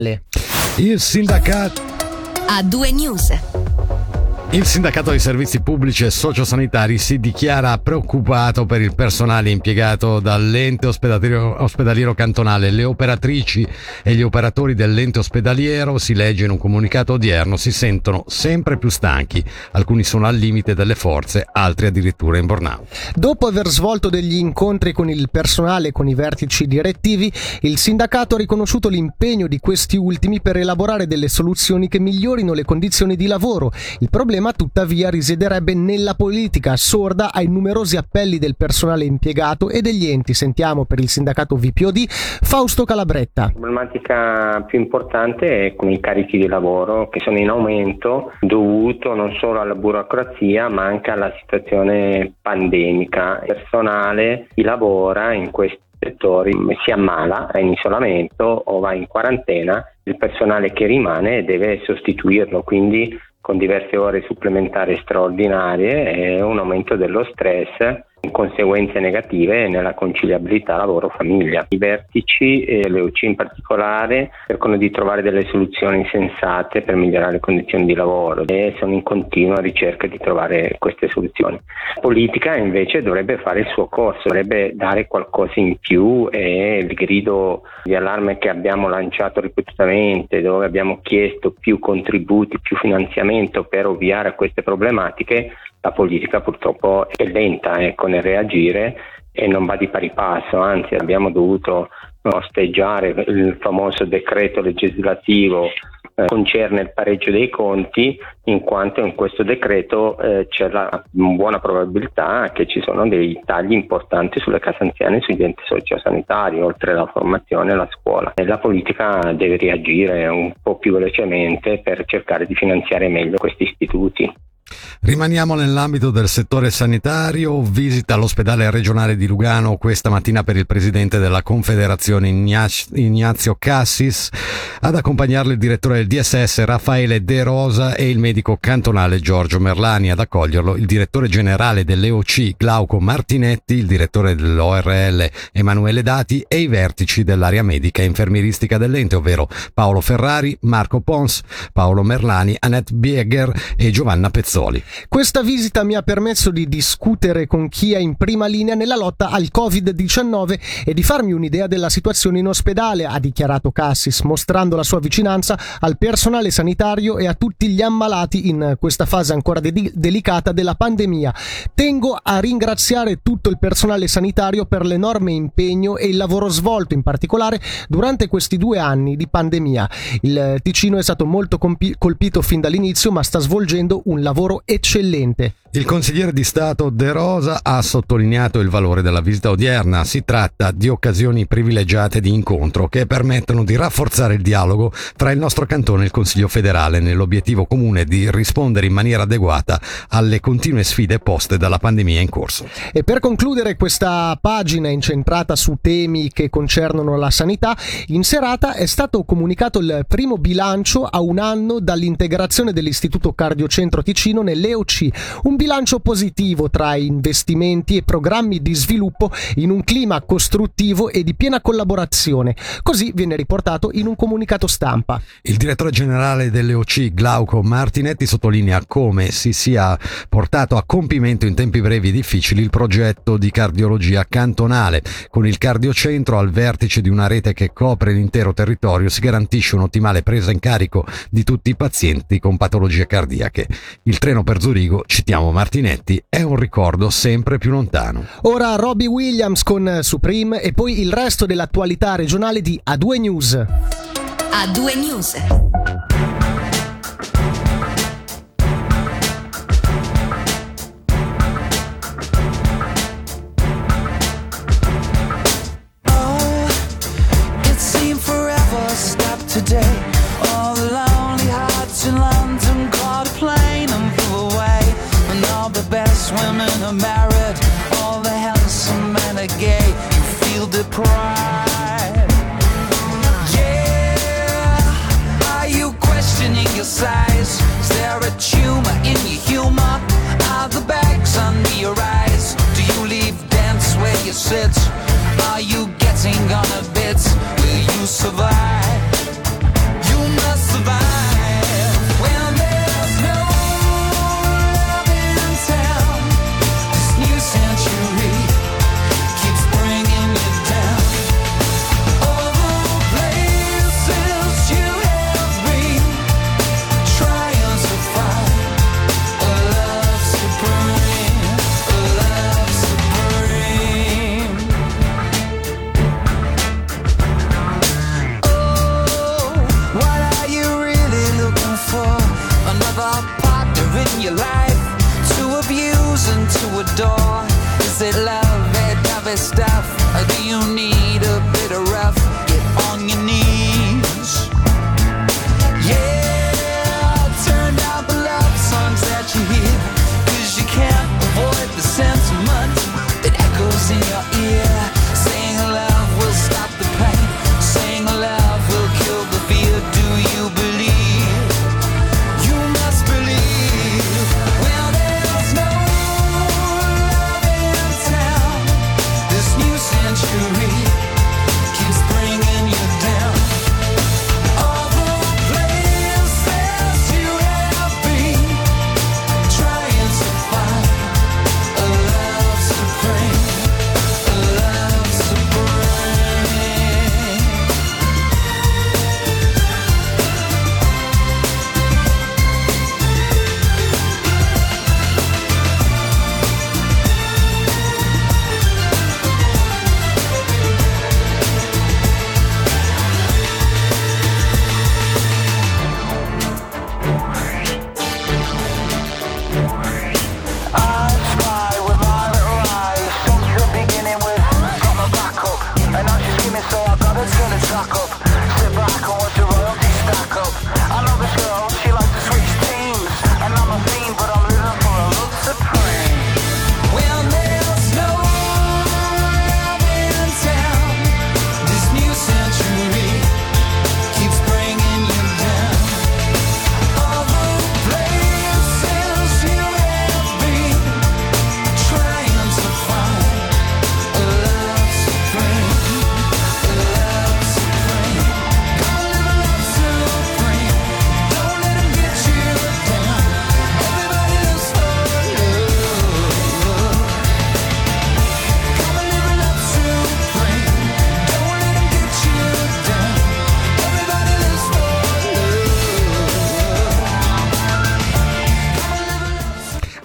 Il sindacato A2 News. Il sindacato dei servizi pubblici e sociosanitari si dichiara preoccupato per il personale impiegato dall'ente ospedaliero cantonale. Le operatrici e gli operatori dell'ente ospedaliero, si legge in un comunicato odierno, si sentono sempre più stanchi. Alcuni sono al limite delle forze, altri addirittura in burnout. Dopo aver svolto degli incontri con il personale e con i vertici direttivi, il sindacato ha riconosciuto l'impegno di questi ultimi per elaborare delle soluzioni che migliorino le condizioni di lavoro. Il problema tuttavia risiederebbe nella politica, sorda ai numerosi appelli del personale impiegato e degli enti. Sentiamo per il sindacato VPOD Fausto Calabretta. La problematica più importante è con i carichi di lavoro che sono in aumento, dovuto non solo alla burocrazia ma anche alla situazione pandemica. Il personale chi lavora in questi settori si ammala, è in isolamento o va in quarantena, il personale che rimane deve sostituirlo, quindi con diverse ore supplementari straordinarie e un aumento dello stress, conseguenze negative nella conciliabilità lavoro-famiglia. I vertici e le UC in particolare cercano di trovare delle soluzioni sensate per migliorare le condizioni di lavoro e sono in continua ricerca di trovare queste soluzioni. La politica invece dovrebbe fare il suo corso, dovrebbe dare qualcosa in più, e il grido di allarme che abbiamo lanciato ripetutamente, dove abbiamo chiesto più contributi, più finanziamento per ovviare a queste problematiche, la politica purtroppo è lenta nel reagire e non va di pari passo, anzi abbiamo dovuto osteggiare il famoso decreto legislativo concerne il pareggio dei conti, in quanto in questo decreto c'è la buona probabilità che ci sono dei tagli importanti sulle case anziane e sugli enti sociosanitari, oltre alla formazione e alla scuola. E la politica deve reagire un po' più velocemente per cercare di finanziare meglio questi istituti. Rimaniamo nell'ambito del settore sanitario. Visita all'ospedale regionale di Lugano questa mattina per il presidente della Confederazione Ignazio Cassis. Ad accompagnarlo il direttore del DSS Raffaele De Rosa e il medico cantonale Giorgio Merlani. Ad accoglierlo il direttore generale dell'EOC Glauco Martinetti, il direttore dell'ORL Emanuele Dati e i vertici dell'area medica e infermieristica dell'ente, ovvero Paolo Ferrari, Marco Pons, Paolo Merlani, Annette Bieger e Giovanna Pezzoli. Questa visita mi ha permesso di discutere con chi è in prima linea nella lotta al Covid-19 e di farmi un'idea della situazione in ospedale, ha dichiarato Cassis, mostrando la sua vicinanza al personale sanitario e a tutti gli ammalati in questa fase ancora delicata della pandemia. Tengo a ringraziare tutto il personale sanitario per l'enorme impegno e il lavoro svolto, in particolare durante questi 2 anni di pandemia. Il Ticino è stato molto colpito fin dall'inizio, ma sta svolgendo un lavoro eccellente. Il consigliere di Stato De Rosa ha sottolineato il valore della visita odierna. Si tratta di occasioni privilegiate di incontro che permettono di rafforzare il dialogo tra il nostro cantone e il Consiglio federale nell'obiettivo comune di rispondere in maniera adeguata alle continue sfide poste dalla pandemia in corso. E per concludere questa pagina incentrata su temi che concernono la sanità, in serata è stato comunicato il primo bilancio a 1 anno dall'integrazione dell'Istituto Cardiocentro Ticino nell'EOC, un bilancio positivo tra investimenti e programmi di sviluppo in un clima costruttivo e di piena collaborazione. Così viene riportato in un comunicato stampa. Il direttore generale dell'EOC Glauco Martinetti sottolinea come si sia portato a compimento in tempi brevi e difficili il progetto di cardiologia cantonale. Con il cardiocentro al vertice di una rete che copre l'intero territorio si garantisce un'ottimale presa in carico di tutti i pazienti con patologie cardiache. Il treno per Zurigo, citiamo Martinetti, è un ricordo sempre più lontano. Ora Robbie Williams con Supreme e poi il resto dell'attualità regionale di A2 News. A2 News. Today, all the lonely hearts in London caught a plane and flew away. And all the best women are married, all the handsome men are gay. You feel deprived. Yeah, are you questioning your size? Is there a tumor in your humor? Are the bags under your eyes? Do you leave dance where you sit? Are you getting on a bit? Will you survive?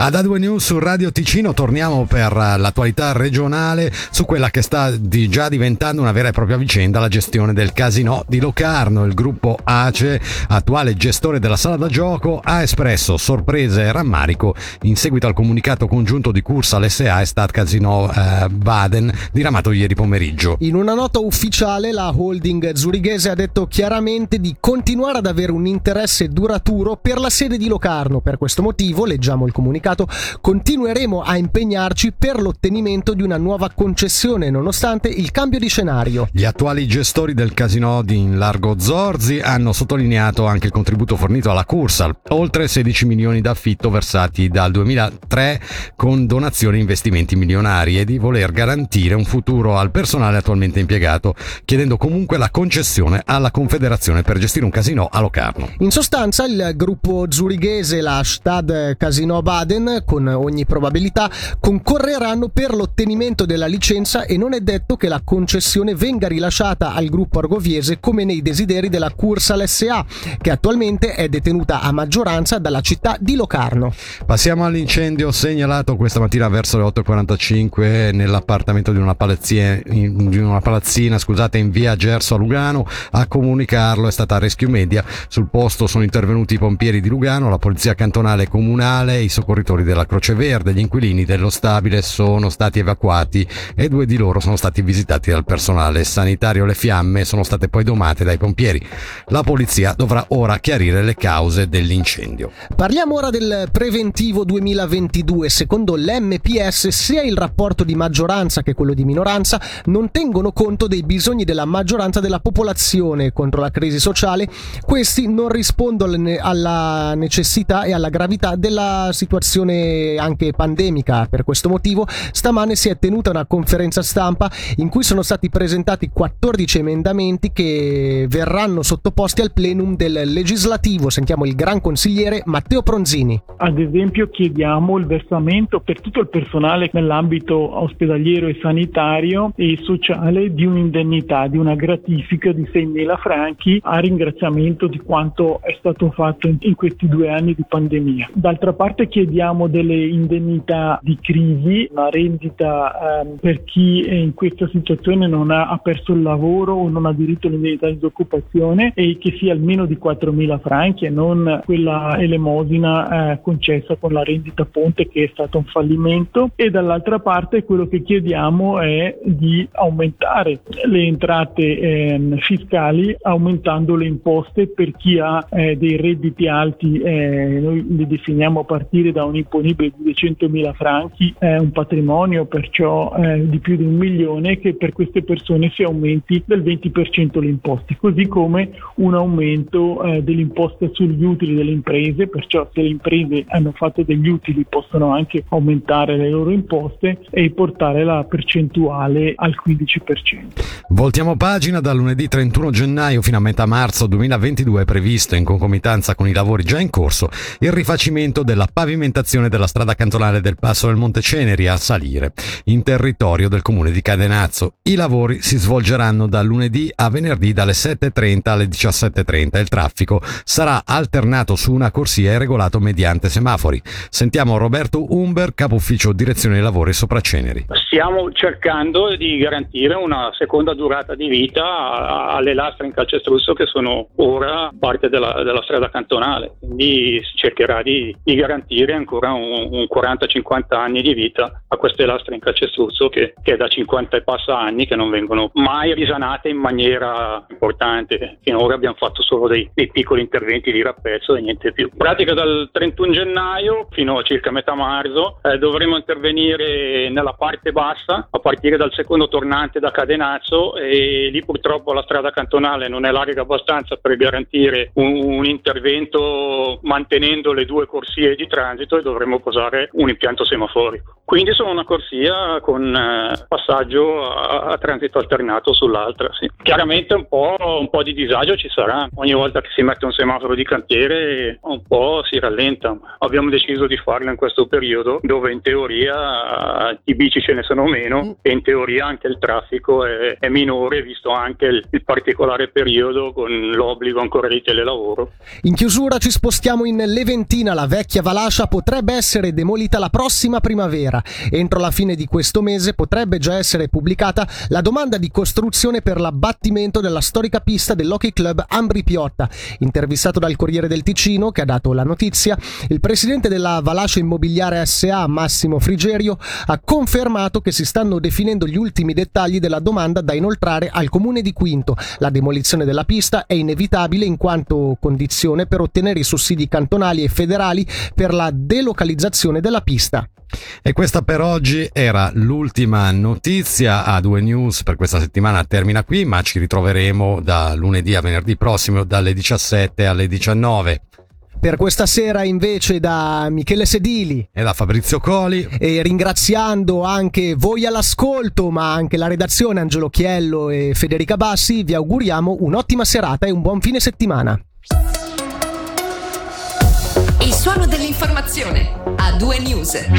Ad A2 News su Radio Ticino torniamo per l'attualità regionale su quella che sta già diventando una vera e propria vicenda, la gestione del casinò di Locarno. Il gruppo ACE, attuale gestore della sala da gioco, ha espresso sorpresa e rammarico in seguito al comunicato congiunto di Cursal SA e Stad Casino Baden diramato ieri pomeriggio. In una nota ufficiale la holding zurighese ha detto chiaramente di continuare ad avere un interesse duraturo per la sede di Locarno. Per questo motivo, leggiamo il comunicato, continueremo a impegnarci per l'ottenimento di una nuova concessione nonostante il cambio di scenario. Gli attuali gestori del casinò di Largo Zorzi hanno sottolineato anche il contributo fornito alla Cursal, oltre 16 milioni d'affitto versati dal 2003 con donazioni e investimenti milionari, e di voler garantire un futuro al personale attualmente impiegato, chiedendo comunque la concessione alla Confederazione per gestire un casinò a Locarno. In sostanza il gruppo zurighese, la Stad Casino Baden, con ogni probabilità concorreranno per l'ottenimento della licenza e non è detto che la concessione venga rilasciata al gruppo argoviese come nei desideri della Cursal SA, che attualmente è detenuta a maggioranza dalla città di Locarno. Passiamo all'incendio segnalato questa mattina verso le 8.45 nell'appartamento di una palazzina in via Gerso a Lugano. A comunicarlo è stata Rescue Media. Sul posto sono intervenuti i pompieri di Lugano, la polizia cantonale comunale, i soccorritori della Croce Verde. Gli inquilini dello stabile sono stati evacuati e 2 di loro sono stati visitati dal personale sanitario. Le fiamme sono state poi domate dai pompieri. La polizia dovrà ora chiarire le cause dell'incendio. Parliamo ora del preventivo 2022. Secondo l'MPS, sia il rapporto di maggioranza che quello di minoranza non tengono conto dei bisogni della maggioranza della popolazione contro la crisi sociale. Questi non rispondono alla necessità e alla gravità della situazione anche pandemica. Per questo motivo stamane si è tenuta una conferenza stampa in cui sono stati presentati 14 emendamenti che verranno sottoposti al plenum del legislativo. Sentiamo il gran consigliere Matteo Pronzini. Ad esempio chiediamo il versamento per tutto il personale nell'ambito ospedaliero e sanitario e sociale di un'indennità, di una gratifica di 6.000 franchi a ringraziamento di quanto è stato fatto in questi 2 anni di pandemia. D'altra parte chiediamo delle indennità di crisi, una rendita per chi in questa situazione non ha perso il lavoro o non ha diritto all'indennità di disoccupazione, e che sia almeno di 4.000 franchi e non quella elemosina concessa con la rendita ponte, che è stato un fallimento. E dall'altra parte quello che chiediamo è di aumentare le entrate fiscali, aumentando le imposte per chi ha dei redditi alti. Noi li definiamo a partire da un imponibile di 200.000 franchi, un patrimonio perciò di più di 1 milione, che per queste persone si aumenti del 20% le imposte, così come un aumento dell'imposta sugli utili delle imprese, perciò se le imprese hanno fatto degli utili possono anche aumentare le loro imposte e portare la percentuale al 15%. Voltiamo pagina. Da lunedì 31 gennaio fino a metà marzo 2022 è previsto, in concomitanza con i lavori già in corso, il rifacimento della pavimentazione della strada cantonale del Passo del Monte Ceneri a Salire, in territorio del comune di Cadenazzo. I lavori si svolgeranno da lunedì a venerdì dalle 7.30 alle 17.30. Il traffico sarà alternato su una corsia e regolato mediante semafori. Sentiamo Roberto Umber, capo ufficio direzione dei lavori sopra Ceneri. Stiamo cercando di garantire una seconda durata di vita alle lastre in calcestruzzo che sono ora parte della strada cantonale, quindi si cercherà di garantire ancora un 40-50 anni di vita a queste lastre in calcestruzzo che è da 50 e passa anni che non vengono mai risanate in maniera importante. Finora abbiamo fatto solo dei piccoli interventi di rappezzo e niente più. In pratica dal 31 gennaio fino a circa metà marzo dovremo intervenire nella parte bassa a partire dal secondo tornante da Cadenazzo, e lì purtroppo la strada cantonale non è larga abbastanza per garantire un intervento mantenendo le 2 corsie di transito, e dovremo posare un impianto semaforico. Quindi sono una corsia con passaggio a transito alternato sull'altra, sì. Chiaramente un po' di disagio ci sarà. Ogni volta che si mette un semaforo di cantiere un po' si rallenta. Abbiamo deciso di farlo in questo periodo dove in teoria i bici ce ne sono meno e in teoria anche il traffico è minore, visto anche il particolare periodo con l'obbligo ancora di telelavoro. In chiusura ci spostiamo in Leventina. La vecchia Valascia potrebbe essere demolita la prossima primavera. Entro la fine di questo mese potrebbe già essere pubblicata la domanda di costruzione per l'abbattimento della storica pista dell'Hockey Club Ambri Piotta. Intervistato dal Corriere del Ticino, che ha dato la notizia, il presidente della Valascia Immobiliare SA, Massimo Frigerio, ha confermato che si stanno definendo gli ultimi dettagli della domanda da inoltrare al comune di Quinto. La demolizione della pista è inevitabile in quanto condizione per ottenere i sussidi cantonali e federali per la delocalizzazione della pista. E questa per oggi era l'ultima notizia. A2 News per questa settimana termina qui, ma ci ritroveremo da lunedì a venerdì prossimo dalle 17 alle 19. Per questa sera invece da Michele Sedili e da Fabrizio Coli, e ringraziando anche voi all'ascolto ma anche la redazione, Angelo Chiello e Federica Bassi, vi auguriamo un'ottima serata e un buon fine settimana. Il suono dell'informazione. A2 News.